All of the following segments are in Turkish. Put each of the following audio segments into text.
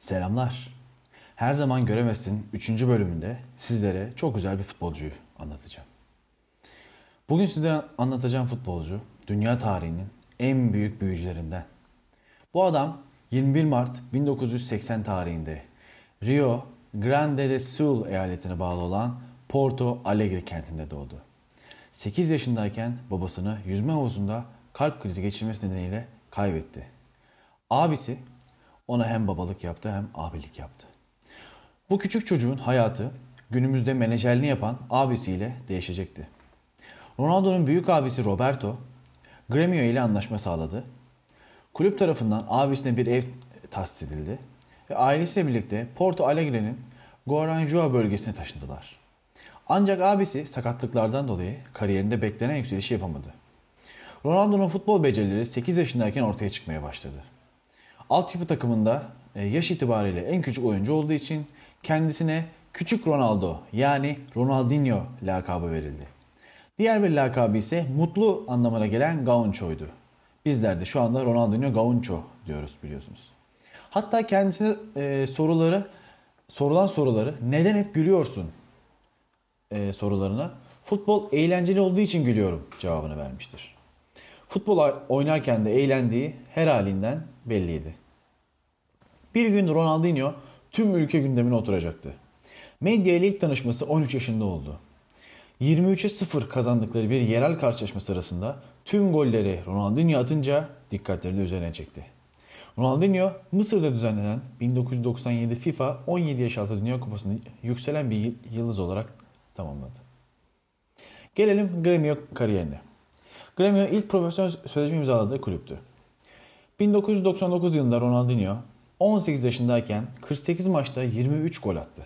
Selamlar. Her zaman göremezsin 3. bölümünde sizlere çok güzel bir futbolcuyu anlatacağım. Bugün size anlatacağım futbolcu dünya tarihinin en büyük büyücülerinden. Bu adam 21 Mart 1980 tarihinde Rio Grande do Sul eyaletine bağlı olan Porto Alegre kentinde doğdu. 8 yaşındayken babasını yüzme havuzunda kalp krizi geçirmesi nedeniyle kaybetti. Abisi ona hem babalık yaptı hem abilik yaptı. Bu küçük çocuğun hayatı günümüzde menajerliğini yapan abisiyle değişecekti. Ronaldo'nun büyük abisi Roberto, Grêmio ile anlaşma sağladı. Kulüp tarafından abisine bir ev tahsis edildi ve ailesiyle birlikte Porto Alegre'nin Guaranjua bölgesine taşındılar. Ancak abisi sakatlıklardan dolayı kariyerinde beklenen yükselişi yapamadı. Ronaldo'nun futbol becerileri 8 yaşındayken ortaya çıkmaya başladı. Altyapı takımında yaş itibariyle en küçük oyuncu olduğu için kendisine Küçük Ronaldo yani Ronaldinho lakabı verildi. Diğer bir lakabı ise mutlu anlamına gelen Gaucho'ydu. Bizler de şu anda Ronaldinho Gaucho diyoruz biliyorsunuz. Hatta kendisine sorulan soruları neden hep gülüyorsun sorularına futbol eğlenceli olduğu için gülüyorum cevabını vermiştir. Futbol oynarken de eğlendiği her halinden belliydi. Bir gün Ronaldinho tüm ülke gündemine oturacaktı. Medya ile ilk tanışması 13 yaşında oldu. 23'e 0 kazandıkları bir yerel karşılaşma sırasında tüm golleri Ronaldinho atınca dikkatleri de üzerine çekti. Ronaldinho Mısır'da düzenlenen 1997 FIFA 17 yaş altı Dünya Kupası'nda yükselen bir yıldız olarak tamamladı. Gelelim Grêmio kariyerine. Grêmio ilk profesyonel sözleşme imzaladığı kulüptü. 1999 yılında Ronaldinho 18 yaşındayken 48 maçta 23 gol attı.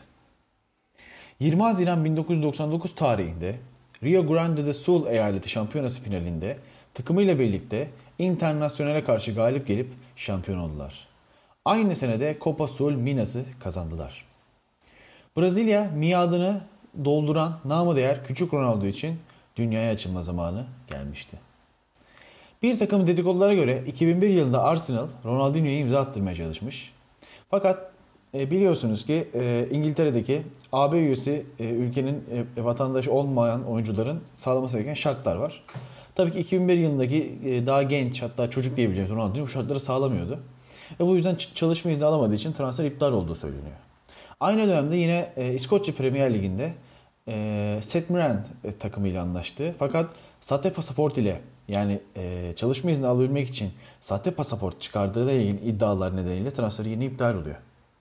20 Haziran 1999 tarihinde Rio Grande do Sul eyaleti şampiyonası finalinde takımıyla birlikte Internacional'e karşı galip gelip şampiyon oldular. Aynı senede Copa Sul Minas'ı kazandılar. Brezilya miadını dolduran namı değer Küçük Ronaldo için dünyaya açılma zamanı gelmişti. Bir takım dedikodulara göre 2001 yılında Arsenal Ronaldinho'yu imza attırmaya çalışmış. Fakat biliyorsunuz ki İngiltere'deki AB üyesi ülkenin vatandaşı olmayan oyuncuların sağlaması gereken şartlar var. Tabii ki 2001 yılındaki daha genç hatta çocuk diyebiliyoruz Ronaldinho bu şartları sağlamıyordu. Ve bu yüzden çalışma izni alamadığı için transfer iptal olduğu söyleniyor. Aynı dönemde yine İskoçya Premier Ligi'nde St Mirren takımıyla anlaştı. Fakat sahte pasaport ile yani çalışma izni alabilmek için sahte pasaport çıkardığıyla ilgili iddialar nedeniyle transferi yine iptal oluyor.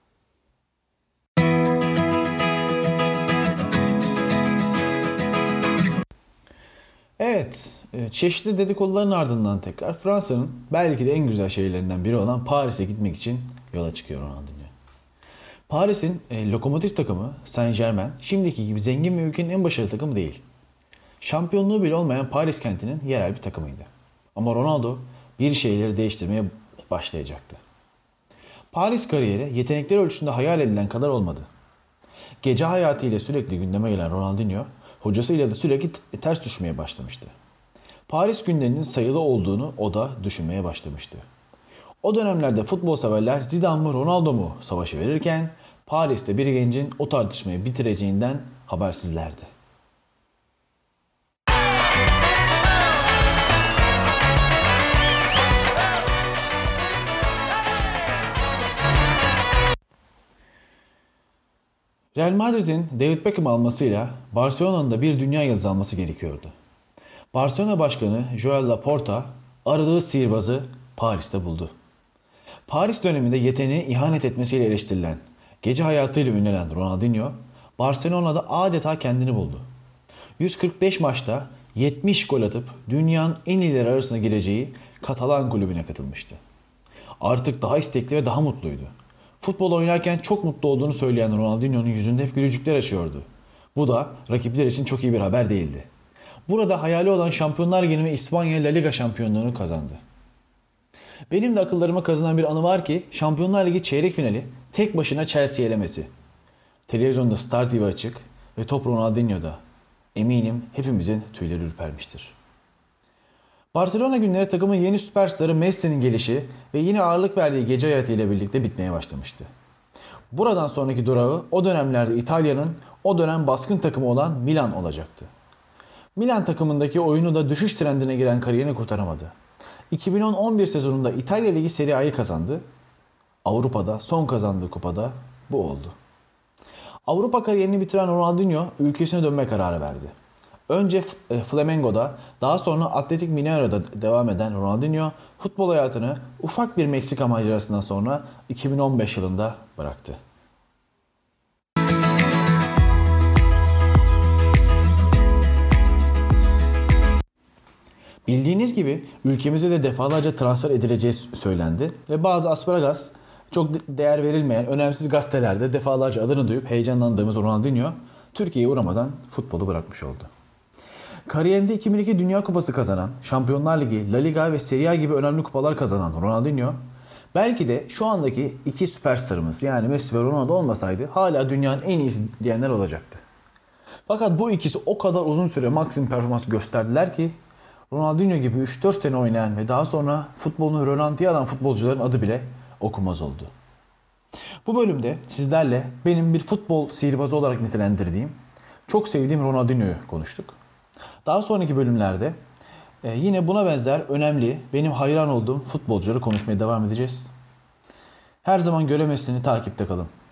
Evet, çeşitli dedikoduların ardından tekrar Fransa'nın belki de en güzel şehirlerinden biri olan Paris'e gitmek için yola çıkıyor Ronaldinho. Paris'in lokomotif takımı Saint-Germain şimdiki gibi zengin bir ülkenin en başarılı takımı değil. Şampiyonluğu bile olmayan Paris kentinin yerel bir takımıydı. Ama Ronaldo bir şeyleri değiştirmeye başlayacaktı. Paris kariyeri yetenekleri ölçüsünde hayal edilen kadar olmadı. Gece hayatıyla sürekli gündeme gelen Ronaldinho, hocasıyla da sürekli ters düşmeye başlamıştı. Paris günlerinin sayılı olduğunu o da düşünmeye başlamıştı. O dönemlerde futbol severler Zidane mı Ronaldo mu savaşı verirken Paris'te bir gencin o tartışmayı bitireceğinden habersizlerdi. Real Madrid'in David Beckham almasıyla Barcelona'nın da bir dünya yıldızı alması gerekiyordu. Barcelona Başkanı Joan Laporta aradığı sihirbazı Paris'te buldu. Paris döneminde yeteneği ihanet etmesiyle eleştirilen, gece hayatıyla ünlenen Ronaldinho, Barcelona'da adeta kendini buldu. 145 maçta 70 gol atıp dünyanın en iyileri arasına gireceği Katalan kulübüne katılmıştı. Artık daha istekli ve daha mutluydu. Futbol oynarken çok mutlu olduğunu söyleyen Ronaldinho'nun yüzünde hep gülücükler açıyordu. Bu da rakipler için çok iyi bir haber değildi. Burada hayali olan Şampiyonlar Ligi ve İspanya La Liga şampiyonluğunu kazandı. Benim de akıllarıma kazınan bir anı var ki Şampiyonlar Ligi çeyrek finali tek başına Chelsea elemesi. Televizyonda Star TV açık ve top Ronaldinho'da. Eminim hepimizin tüyleri ürpermiştir. Barcelona günleri takımın yeni süperstarı Messi'nin gelişi ve yine ağırlık verdiği gece hayatıyla birlikte bitmeye başlamıştı. Buradan sonraki durağı o dönemlerde İtalya'nın o dönem baskın takımı olan Milan olacaktı. Milan takımındaki oyunu da düşüş trendine giren kariyerini kurtaramadı. 2010-11 sezonunda İtalya Ligi Serie A'yı kazandı. Avrupa'da son kazandığı kupada bu oldu. Avrupa kariyerini bitiren Ronaldinho ülkesine dönme kararı verdi. Önce Flamengo'da, daha sonra Atletik Mineiro'da devam eden Ronaldinho futbol hayatını ufak bir Meksika macerasından sonra 2015 yılında bıraktı. Bildiğiniz gibi ülkemize de defalarca transfer edileceği söylendi ve bazı asparagas, çok değer verilmeyen önemsiz gazetelerde defalarca adını duyup heyecanlandığımız Ronaldinho Türkiye'ye uğramadan futbolu bırakmış oldu. Kariyerinde 2002 Dünya Kupası kazanan, Şampiyonlar Ligi, La Liga ve Serie A gibi önemli kupalar kazanan Ronaldinho belki de şu andaki iki süperstarımız yani Messi ve Ronaldo olmasaydı hala dünyanın en iyisi diyenler olacaktı. Fakat bu ikisi o kadar uzun süre maksimum performans gösterdiler ki Ronaldinho gibi 3-4 sene oynayan ve daha sonra futbolunu rölantiye alan futbolcuların adı bile okunmaz oldu. Bu bölümde sizlerle benim bir futbol sihirbazı olarak nitelendirdiğim, çok sevdiğim Ronaldinho'yu konuştuk. Daha sonraki bölümlerde yine buna benzer önemli, benim hayran olduğum futbolcuları konuşmaya devam edeceğiz. Her zaman göremezsini takipte kalın.